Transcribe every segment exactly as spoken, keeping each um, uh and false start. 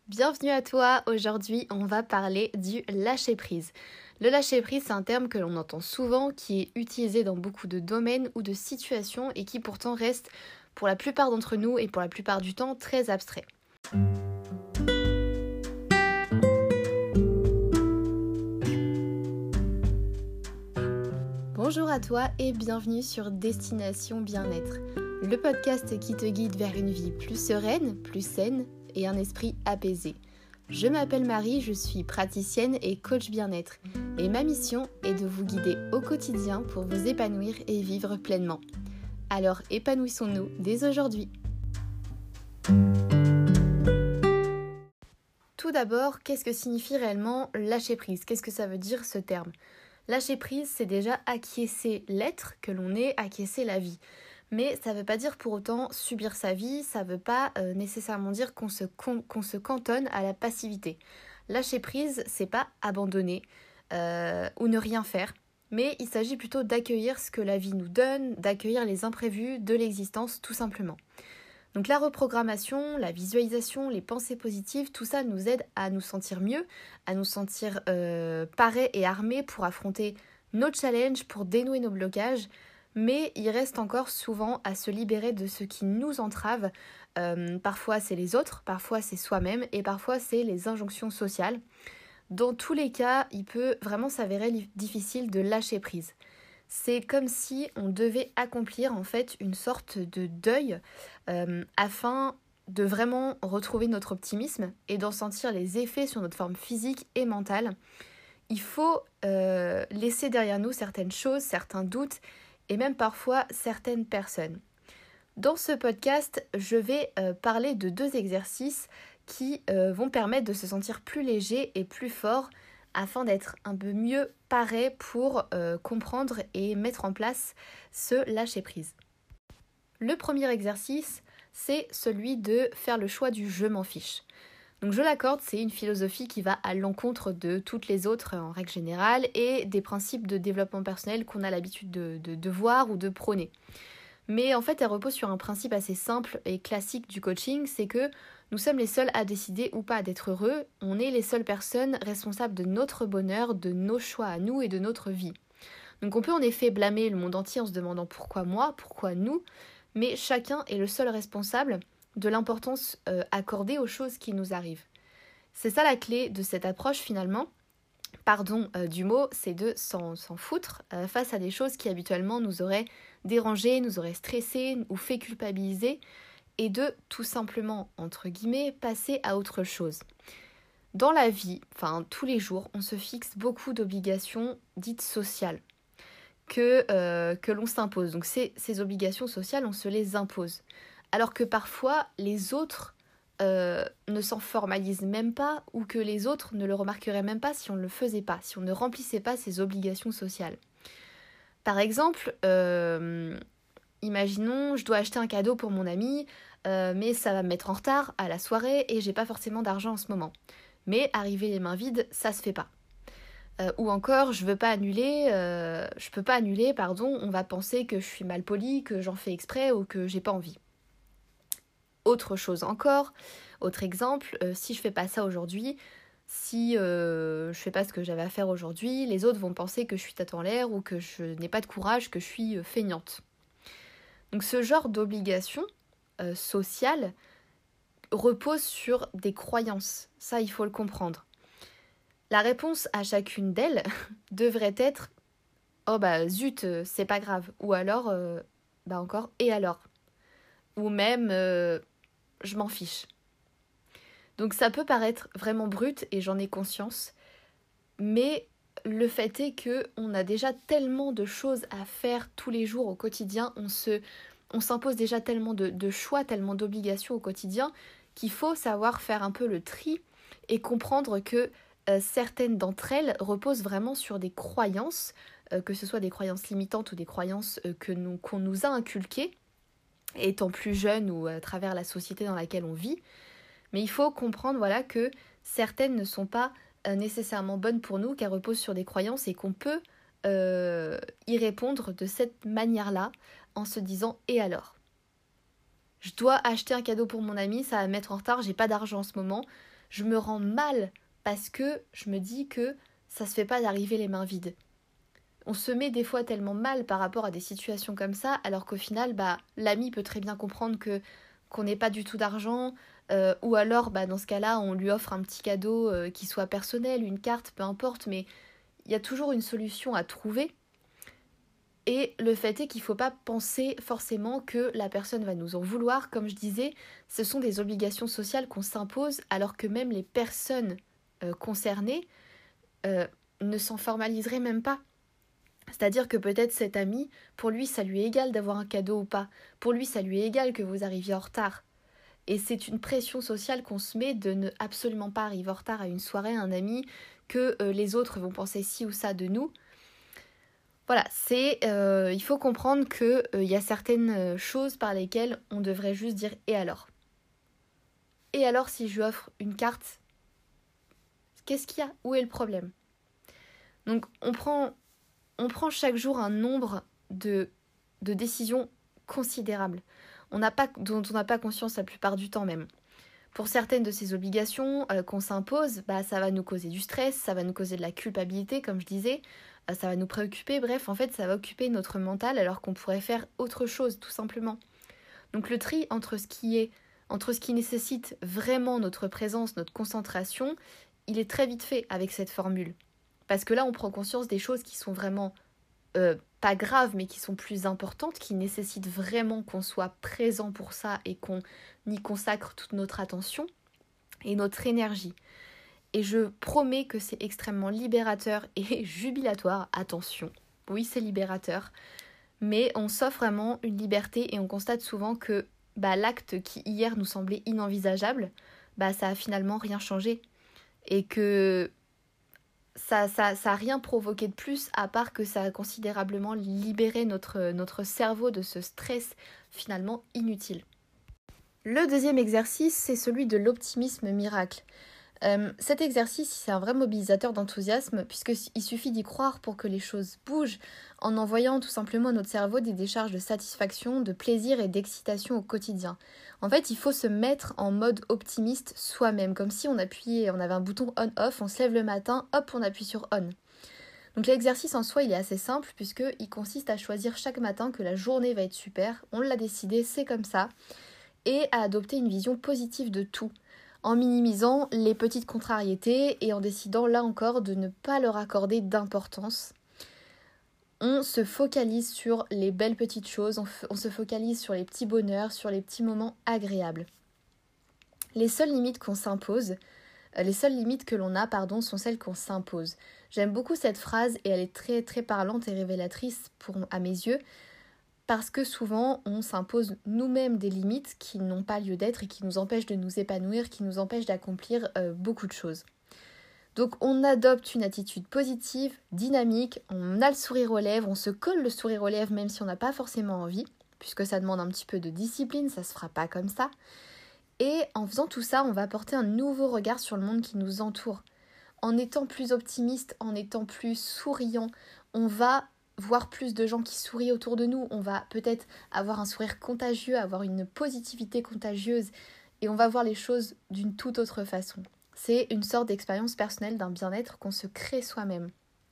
Bienvenue à toi, aujourd'hui on va parler du lâcher-prise. Le lâcher-prise c'est un terme que l'on entend souvent, qui est utilisé dans beaucoup de domaines ou de situations et qui pourtant reste pour la plupart d'entre nous et pour la plupart du temps très abstrait. Bonjour à toi et bienvenue sur Destination Bien-être, le podcast qui te guide vers une vie plus sereine, plus saine et un esprit apaisé. Je m'appelle Marie, je suis praticienne et coach bien-être et ma mission est de vous guider au quotidien pour vous épanouir et vivre pleinement. Alors épanouissons-nous dès aujourd'hui. Tout d'abord, qu'est-ce que signifie réellement lâcher prise ? Qu'est-ce que ça veut dire ce terme ? Lâcher prise, c'est déjà acquiescer l'être que l'on est, acquiescer la vie. Mais ça ne veut pas dire pour autant subir sa vie, ça ne veut pas euh, nécessairement dire qu'on se, con, qu'on se cantonne à la passivité. Lâcher prise, c'est pas abandonner euh, ou ne rien faire, mais il s'agit plutôt d'accueillir ce que la vie nous donne, d'accueillir les imprévus de l'existence tout simplement. Donc la reprogrammation, la visualisation, les pensées positives, tout ça nous aide à nous sentir mieux, à nous sentir euh, parés et armés pour affronter nos challenges, pour dénouer nos blocages. Mais il reste encore souvent à se libérer de ce qui nous entrave. Euh, parfois c'est les autres, parfois c'est soi-même et parfois c'est les injonctions sociales. Dans tous les cas, il peut vraiment s'avérer li- difficile de lâcher prise. C'est comme si on devait accomplir en fait une sorte de deuil euh, afin de vraiment retrouver notre optimisme et d'en sentir les effets sur notre forme physique et mentale. Il faut euh, laisser derrière nous certaines choses, certains doutes, et même parfois certaines personnes. Dans ce podcast, je vais euh, parler de deux exercices qui euh, vont permettre de se sentir plus léger et plus fort afin d'être un peu mieux paré pour euh, comprendre et mettre en place ce lâcher-prise. Le premier exercice, c'est celui de faire le choix du « je m'en fiche ». Donc je l'accorde, c'est une philosophie qui va à l'encontre de toutes les autres en règle générale et des principes de développement personnel qu'on a l'habitude de, de, de voir ou de prôner. Mais en fait, elle repose sur un principe assez simple et classique du coaching, c'est que nous sommes les seuls à décider ou pas d'être heureux, on est les seules personnes responsables de notre bonheur, de nos choix à nous et de notre vie. Donc on peut en effet blâmer le monde entier en se demandant pourquoi moi, pourquoi nous, mais chacun est le seul responsable de l'importance euh, accordée aux choses qui nous arrivent. C'est ça la clé de cette approche finalement, pardon euh, du mot, c'est de s'en, s'en foutre euh, face à des choses qui habituellement nous auraient dérangés, nous auraient stressés ou fait culpabiliser et de tout simplement, entre guillemets, passer à autre chose. Dans la vie, enfin tous les jours, on se fixe beaucoup d'obligations dites sociales que, euh, que l'on s'impose. Donc ces, ces obligations sociales, on se les impose. Alors que parfois, les autres euh, ne s'en formalisent même pas ou que les autres ne le remarqueraient même pas si on ne le faisait pas, si on ne remplissait pas ces obligations sociales. Par exemple, euh, imaginons, je dois acheter un cadeau pour mon ami, euh, mais ça va me mettre en retard à la soirée et j'ai pas forcément d'argent en ce moment. Mais arriver les mains vides, ça se fait pas. Euh, ou encore, je veux pas annuler, euh, je peux pas annuler, pardon, on va penser que je suis mal polie, que j'en fais exprès ou que j'ai pas envie. Autre chose encore, autre exemple, euh, si je fais pas ça aujourd'hui, si euh, je fais pas ce que j'avais à faire aujourd'hui, les autres vont penser que je suis tête en l'air ou que je n'ai pas de courage, que je suis euh, feignante. Donc ce genre d'obligation euh, sociale repose sur des croyances, ça il faut le comprendre. La réponse à chacune d'elles devrait être « Oh bah zut, euh, c'est pas grave » ou alors euh, « Bah encore, et alors ?» ou même euh, je m'en fiche. Donc ça peut paraître vraiment brut et j'en ai conscience, mais le fait est qu'on a déjà tellement de choses à faire tous les jours au quotidien, on, se, on s'impose déjà tellement de, de choix, tellement d'obligations au quotidien qu'il faut savoir faire un peu le tri et comprendre que euh, certaines d'entre elles reposent vraiment sur des croyances, euh, que ce soit des croyances limitantes ou des croyances euh, que nous, qu'on nous a inculquées, étant plus jeune ou à travers la société dans laquelle on vit. Mais il faut comprendre voilà, que certaines ne sont pas euh, nécessairement bonnes pour nous, qu'elles reposent sur des croyances et qu'on peut euh, y répondre de cette manière-là en se disant « et alors ?» je dois acheter un cadeau pour mon ami, ça va me mettre en retard, j'ai pas d'argent en ce moment. Je me rends mal parce que je me dis que ça se fait pas d'arriver les mains vides. On se met des fois tellement mal par rapport à des situations comme ça, alors qu'au final, bah, l'ami peut très bien comprendre que qu'on n'ait pas du tout d'argent, euh, ou alors, bah, dans ce cas-là, on lui offre un petit cadeau euh, qui soit personnel, une carte, peu importe, mais il y a toujours une solution à trouver. Et le fait est qu'il ne faut pas penser forcément que la personne va nous en vouloir. Comme je disais, ce sont des obligations sociales qu'on s'impose, alors que même les personnes euh, concernées euh, ne s'en formaliseraient même pas. C'est-à-dire que peut-être cet ami, pour lui, ça lui est égal d'avoir un cadeau ou pas. Pour lui, ça lui est égal que vous arriviez en retard. Et c'est une pression sociale qu'on se met de ne absolument pas arriver en retard à une soirée, à un ami, que euh, les autres vont penser ci ou ça de nous. Voilà, c'est, euh, il faut comprendre qu'il euh, y a certaines choses par lesquelles on devrait juste dire « et alors ?» Et alors si je lui offre une carte, qu'est-ce qu'il y a ? Où est le problème ? Donc on prend, on prend chaque jour un nombre de, de décisions considérables, on n'a pas, dont on n'a pas conscience la plupart du temps même. Pour certaines de ces obligations euh, qu'on s'impose, bah, ça va nous causer du stress, ça va nous causer de la culpabilité, comme je disais, euh, ça va nous préoccuper, bref, en fait, ça va occuper notre mental alors qu'on pourrait faire autre chose, tout simplement. Donc le tri entre ce qui est, entre ce qui nécessite vraiment notre présence, notre concentration, il est très vite fait avec cette formule. Parce que là, on prend conscience des choses qui sont vraiment euh, pas graves, mais qui sont plus importantes, qui nécessitent vraiment qu'on soit présent pour ça et qu'on y consacre toute notre attention et notre énergie. Et je promets que c'est extrêmement libérateur et jubilatoire. Attention, oui, c'est libérateur. Mais on s'offre vraiment une liberté et on constate souvent que bah, l'acte qui hier nous semblait inenvisageable, bah, ça a finalement rien changé. Et que ça ça, ça a rien provoqué de plus à part que ça a considérablement libéré notre, notre cerveau de ce stress finalement inutile. Le deuxième exercice, c'est celui de l'optimisme miracle. Euh, cet exercice, c'est un vrai mobilisateur d'enthousiasme puisqu'il suffit d'y croire pour que les choses bougent en envoyant tout simplement à notre cerveau des décharges de satisfaction, de plaisir et d'excitation au quotidien. En fait, il faut se mettre en mode optimiste soi-même, comme si on appuyait, on avait un bouton on-off, on se lève le matin, hop, on appuie sur on. Donc l'exercice en soi, il est assez simple puisqu'il consiste à choisir chaque matin que la journée va être super, on l'a décidé, c'est comme ça, et à adopter une vision positive de tout, en minimisant les petites contrariétés et en décidant là encore de ne pas leur accorder d'importance. On se focalise sur les belles petites choses, on, f- on se focalise sur les petits bonheurs, sur les petits moments agréables. Les seules limites qu'on s'impose, euh, les seules limites que l'on a, pardon, sont celles qu'on s'impose. J'aime beaucoup cette phrase et elle est très très parlante et révélatrice pour, à mes yeux, parce que souvent on s'impose nous-mêmes des limites qui n'ont pas lieu d'être et qui nous empêchent de nous épanouir, qui nous empêchent d'accomplir euh, beaucoup de choses. Donc on adopte une attitude positive, dynamique, on a le sourire aux lèvres, on se colle le sourire aux lèvres même si on n'a pas forcément envie, puisque ça demande un petit peu de discipline, ça se fera pas comme ça. Et en faisant tout ça, on va porter un nouveau regard sur le monde qui nous entoure. En étant plus optimiste, en étant plus souriant, on va voir plus de gens qui sourient autour de nous, on va peut-être avoir un sourire contagieux, avoir une positivité contagieuse et on va voir les choses d'une toute autre façon. C'est une sorte d'expérience personnelle d'un bien-être qu'on se crée soi-même.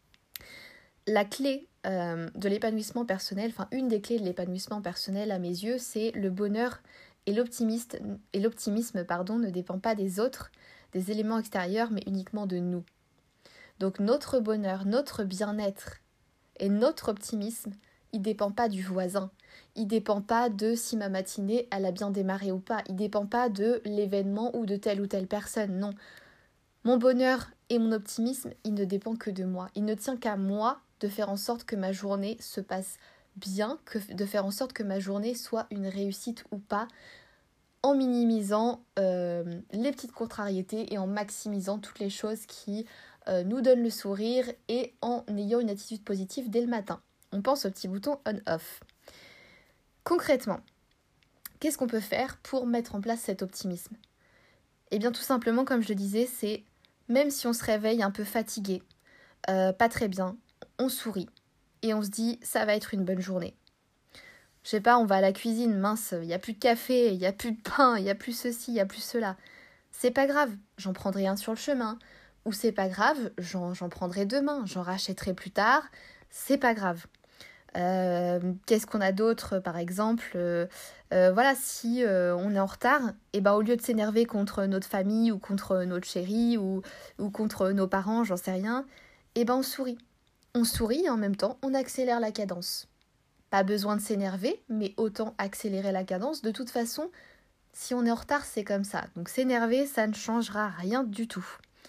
La clé euh, de l'épanouissement personnel, enfin une des clés de l'épanouissement personnel à mes yeux, c'est le bonheur et l'optimisme, et l'optimisme pardon, ne dépend pas des autres, des éléments extérieurs, mais uniquement de nous. Donc notre bonheur, notre bien-être et notre optimisme, il ne dépend pas du voisin. Il ne dépend pas de si ma matinée elle a bien démarré ou pas. Il ne dépend pas de l'événement ou de telle ou telle personne. Non. Mon bonheur et mon optimisme, il ne dépend que de moi. Il ne tient qu'à moi de faire en sorte que ma journée se passe bien, que de faire en sorte que ma journée soit une réussite ou pas, en minimisant euh, les petites contrariétés et en maximisant toutes les choses qui euh, nous donnent le sourire et en ayant une attitude positive dès le matin. On pense au petit bouton on-off. Concrètement, qu'est-ce qu'on peut faire pour mettre en place cet optimisme ? Eh bien tout simplement, comme je le disais, c'est même si on se réveille un peu fatigué, euh, pas très bien, on sourit et on se dit ça va être une bonne journée. Je sais pas, on va à la cuisine, mince, il n'y a plus de café, il n'y a plus de pain, il n'y a plus ceci, il n'y a plus cela. C'est pas grave, j'en prendrai un sur le chemin. Ou c'est pas grave, j'en, j'en prendrai demain, j'en rachèterai plus tard. C'est pas grave. Euh, qu'est-ce qu'on a d'autre, par exemple euh, euh, Voilà, si euh, on est en retard, et ben, au lieu de s'énerver contre notre famille ou contre notre chéri ou, ou contre nos parents, j'en sais rien, et ben on sourit. On sourit et en même temps, on accélère la cadence. Pas besoin de s'énerver, mais autant accélérer la cadence. De toute façon, si on est en retard, c'est comme ça. Donc s'énerver, ça ne changera rien du tout.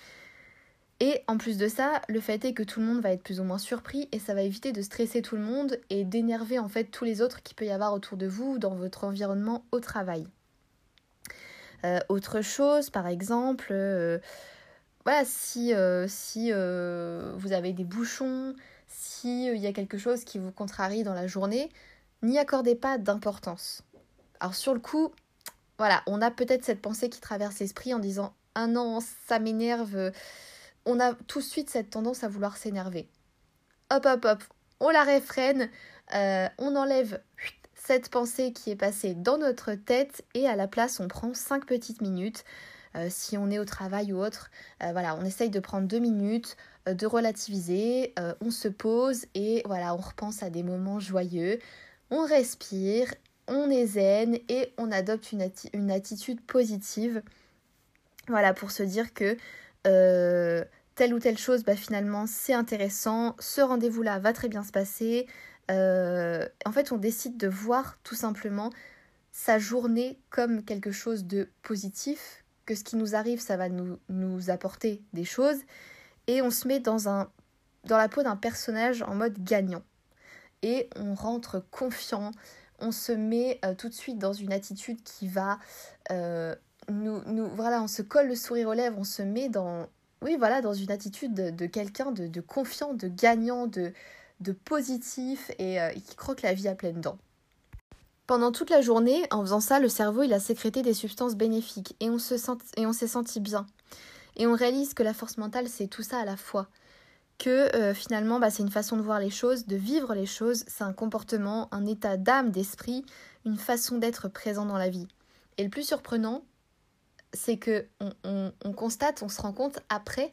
Et en plus de ça, le fait est que tout le monde va être plus ou moins surpris et ça va éviter de stresser tout le monde et d'énerver en fait tous les autres qu'il peut y avoir autour de vous dans votre environnement au travail. Euh, autre chose, par exemple, euh, voilà, si, euh, si euh, vous avez des bouchons, s'il euh, y a quelque chose qui vous contrarie dans la journée, n'y accordez pas d'importance. Alors sur le coup, voilà, on a peut-être cette pensée qui traverse l'esprit en disant « Ah non, ça m'énerve », on a tout de suite cette tendance à vouloir s'énerver. Hop, hop, hop, on la réfrène, euh, on enlève cette pensée qui est passée dans notre tête et à la place, on prend cinq petites minutes. Euh, si on est au travail ou autre, euh, voilà, on essaye de prendre deux minutes, euh, de relativiser, euh, on se pose et voilà, on repense à des moments joyeux, on respire, on est zen et on adopte une, atti- une attitude positive. Voilà, pour se dire que Euh, telle ou telle chose, bah, finalement c'est intéressant, ce rendez-vous-là va très bien se passer. Euh, en fait, on décide de voir tout simplement sa journée comme quelque chose de positif, que ce qui nous arrive, ça va nous, nous apporter des choses, et on se met dans, un, dans la peau d'un personnage en mode gagnant. Et on rentre confiant, on se met euh, tout de suite dans une attitude qui va... Euh, Nous, nous, voilà, on se colle le sourire aux lèvres, on se met dans, oui, voilà, dans une attitude de, de quelqu'un de, de confiant, de gagnant, de, de positif et euh, qui croque la vie à pleines dents. Pendant toute la journée, en faisant ça, le cerveau il a sécrété des substances bénéfiques et on, se sent, et on s'est senti bien. Et on réalise que la force mentale, c'est tout ça à la fois. Que euh, finalement, bah, c'est une façon de voir les choses, de vivre les choses, c'est un comportement, un état d'âme, d'esprit, une façon d'être présent dans la vie. Et le plus surprenant, c'est que on, on, on constate, on se rend compte après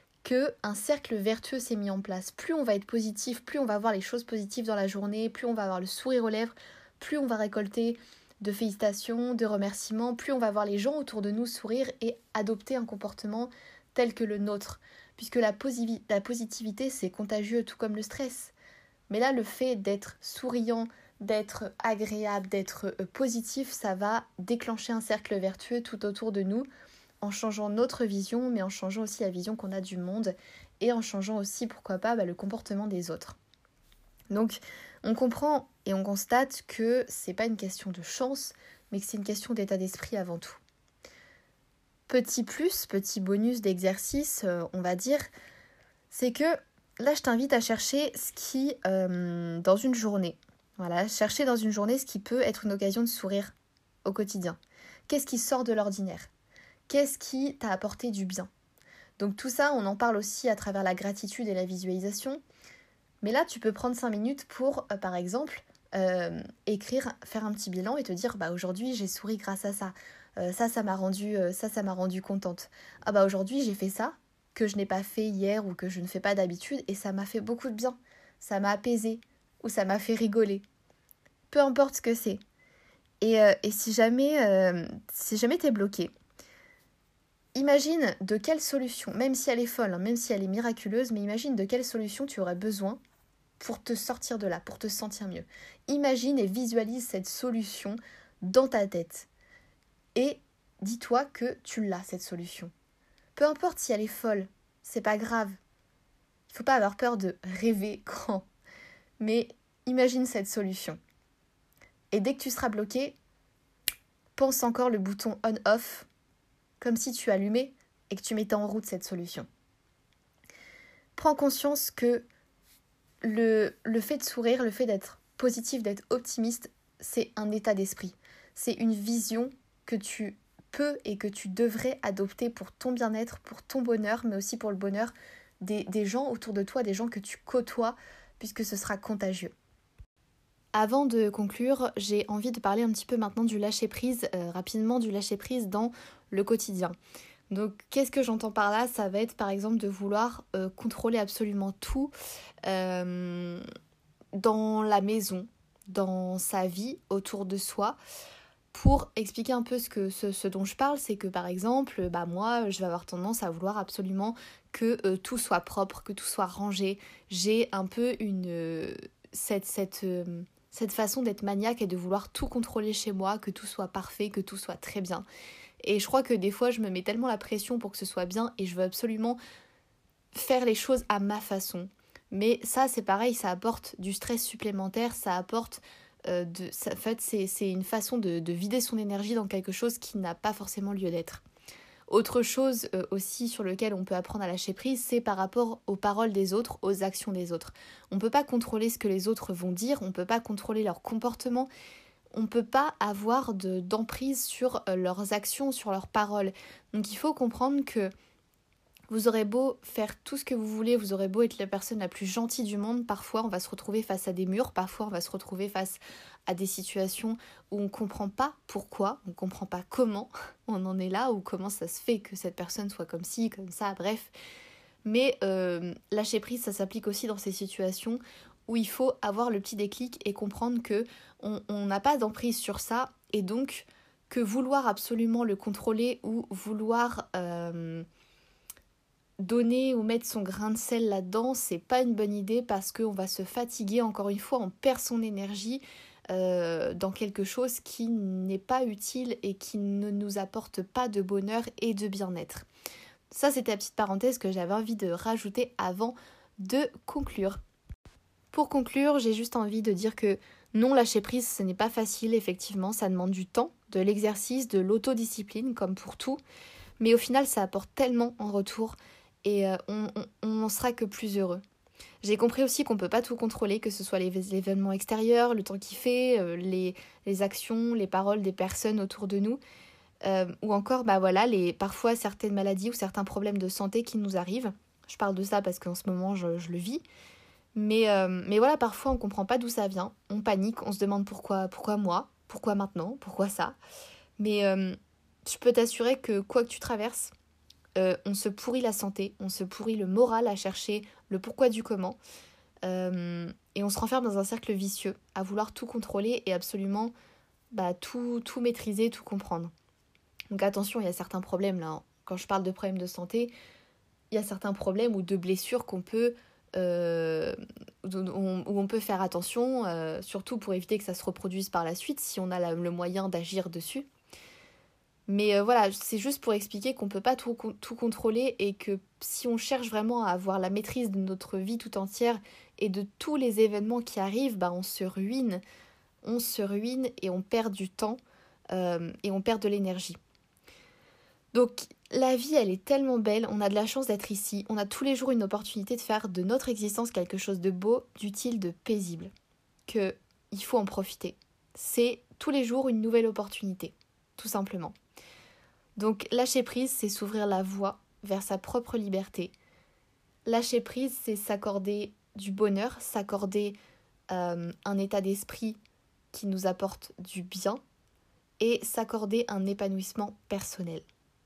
qu'un cercle vertueux s'est mis en place. Plus on va être positif, plus on va voir les choses positives dans la journée, plus on va avoir le sourire aux lèvres, plus on va récolter de félicitations, de remerciements, plus on va voir les gens autour de nous sourire et adopter un comportement tel que le nôtre. Puisque la, posi- la positivité, c'est contagieux, tout comme le stress. Mais là, le fait d'être souriant, d'être agréable, d'être positif, ça va déclencher un cercle vertueux tout autour de nous en changeant notre vision, mais en changeant aussi la vision qu'on a du monde et en changeant aussi, pourquoi pas, bah, le comportement des autres. Donc, on comprend et on constate que c'est pas une question de chance, mais que c'est une question d'état d'esprit avant tout. Petit plus, petit bonus d'exercice, euh, on va dire, c'est que là, je t'invite à chercher ce qui, euh, dans une journée, voilà, chercher dans une journée ce qui peut être une occasion de sourire au quotidien. Qu'est-ce qui sort de l'ordinaire ? Qu'est-ce qui t'a apporté du bien ? Donc tout ça, on en parle aussi à travers la gratitude et la visualisation. Mais là, tu peux prendre cinq minutes pour, euh, par exemple, euh, écrire, faire un petit bilan et te dire, bah aujourd'hui, j'ai souri grâce à ça. Euh, ça, ça m'a rendu, euh, ça, ça m'a rendu contente. Ah bah aujourd'hui, j'ai fait ça que je n'ai pas fait hier ou que je ne fais pas d'habitude et ça m'a fait beaucoup de bien. Ça m'a apaisé ou ça m'a fait rigoler. Peu importe ce que c'est. Et, euh, et si jamais, euh, si jamais t'es bloqué, imagine de quelle solution, même si elle est folle, hein, même si elle est miraculeuse, mais imagine de quelle solution tu aurais besoin pour te sortir de là, pour te sentir mieux. Imagine et visualise cette solution dans ta tête. Et dis-toi que tu l'as, cette solution. Peu importe si elle est folle, c'est pas grave. Il ne faut pas avoir peur de rêver grand. Mais imagine cette solution. Et dès que tu seras bloqué, pense encore le bouton on-off, comme si tu allumais et que tu mettais en route cette solution. Prends conscience que le, le fait de sourire, le fait d'être positif, d'être optimiste, c'est un état d'esprit. C'est une vision que tu peux et que tu devrais adopter pour ton bien-être, pour ton bonheur, mais aussi pour le bonheur des, des gens autour de toi, des gens que tu côtoies, puisque ce sera contagieux. Avant de conclure, j'ai envie de parler un petit peu maintenant du lâcher-prise, euh, rapidement du lâcher-prise dans le quotidien. Donc qu'est-ce que j'entends par là? Ça va être par exemple de vouloir euh, contrôler absolument tout euh, dans la maison, dans sa vie, autour de soi. Pour expliquer un peu ce, que, ce, ce dont je parle, c'est que par exemple, bah moi, je vais avoir tendance à vouloir absolument que euh, tout soit propre, que tout soit rangé. J'ai un peu une euh, cette, cette, euh, cette façon d'être maniaque et de vouloir tout contrôler chez moi, que tout soit parfait, que tout soit très bien. Et je crois que des fois, je me mets tellement la pression pour que ce soit bien et je veux absolument faire les choses à ma façon. Mais ça, c'est pareil, ça apporte du stress supplémentaire, ça apporte... Euh, de, ça, en fait, c'est, c'est une façon de, de vider son énergie dans quelque chose qui n'a pas forcément lieu d'être. Autre chose euh, aussi sur lequel on peut apprendre à lâcher prise, c'est par rapport aux paroles des autres, aux actions des autres. On ne peut pas contrôler ce que les autres vont dire, on ne peut pas contrôler leur comportement, on ne peut pas avoir de, d'emprise sur euh, leurs actions, sur leurs paroles. Donc il faut comprendre que vous aurez beau faire tout ce que vous voulez, vous aurez beau être la personne la plus gentille du monde, parfois on va se retrouver face à des murs, parfois on va se retrouver face à des situations où on ne comprend pas pourquoi, on ne comprend pas comment on en est là ou comment ça se fait que cette personne soit comme ci, comme ça, bref. Mais euh, lâcher prise, ça s'applique aussi dans ces situations où il faut avoir le petit déclic et comprendre que on n'a pas d'emprise sur ça et donc que vouloir absolument le contrôler ou vouloir... Euh, donner ou mettre son grain de sel là-dedans, c'est pas une bonne idée parce qu'on va se fatiguer, encore une fois, on perd son énergie euh, dans quelque chose qui n'est pas utile et qui ne nous apporte pas de bonheur et de bien-être. Ça, c'était la petite parenthèse que j'avais envie de rajouter avant de conclure. Pour conclure, j'ai juste envie de dire que non, lâcher prise, ce n'est pas facile, effectivement, ça demande du temps, de l'exercice, de l'autodiscipline, comme pour tout, mais au final, ça apporte tellement en retour. Et euh, on n'en sera que plus heureux. J'ai compris aussi qu'on ne peut pas tout contrôler, que ce soit les, les événements extérieurs, le temps qu'il fait, euh, les, les actions, les paroles des personnes autour de nous, euh, ou encore bah voilà, les, parfois certaines maladies ou certains problèmes de santé qui nous arrivent. Je parle de ça parce qu'en ce moment je, je le vis. Mais, euh, mais voilà, parfois on ne comprend pas d'où ça vient, on panique, on se demande pourquoi, pourquoi moi, pourquoi maintenant, pourquoi ça. Mais euh, je peux t'assurer que quoi que tu traverses, Euh, on se pourrit la santé, on se pourrit le moral à chercher le pourquoi du comment euh, et on se renferme dans un cercle vicieux à vouloir tout contrôler et absolument bah, tout, tout maîtriser, tout comprendre. Donc attention, il y a certains problèmes là, hein. Quand je parle de problèmes de santé, il y a certains problèmes ou de blessures qu'on peut, euh, où on peut faire attention, euh, surtout pour éviter que ça se reproduise par la suite si on a la, le moyen d'agir dessus. Mais euh, voilà, c'est juste pour expliquer qu'on ne peut pas tout, tout contrôler et que si on cherche vraiment à avoir la maîtrise de notre vie tout entière et de tous les événements qui arrivent, bah on se ruine, on se ruine et on perd du temps euh, et on perd de l'énergie. Donc la vie, elle est tellement belle, on a de la chance d'être ici, on a tous les jours une opportunité de faire de notre existence quelque chose de beau, d'utile, de paisible, qu'il faut en profiter. C'est tous les jours une nouvelle opportunité, tout simplement. Donc lâcher prise, c'est s'ouvrir la voie vers sa propre liberté. Lâcher prise, c'est s'accorder du bonheur, s'accorder euh, un état d'esprit qui nous apporte du bien et s'accorder un épanouissement personnel.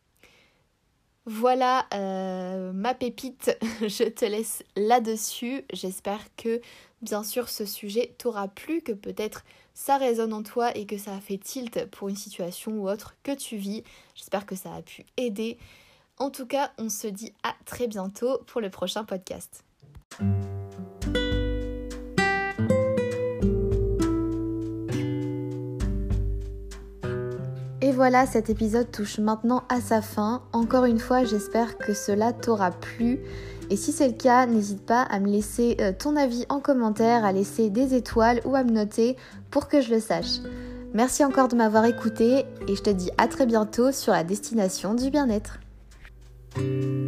Voilà euh, ma pépite, je te laisse là-dessus. J'espère que bien sûr ce sujet t'aura plu, que peut-être ça résonne en toi et que ça a fait tilt pour une situation ou autre que tu vis. J'espère que ça a pu aider. En tout cas, on se dit à très bientôt pour le prochain podcast. Et voilà, cet épisode touche maintenant à sa fin. Encore une fois, j'espère que cela t'aura plu. Et si c'est le cas, n'hésite pas à me laisser ton avis en commentaire, à laisser des étoiles ou à me noter pour que je le sache. Merci encore de m'avoir écouté et je te dis à très bientôt sur la destination du bien-être.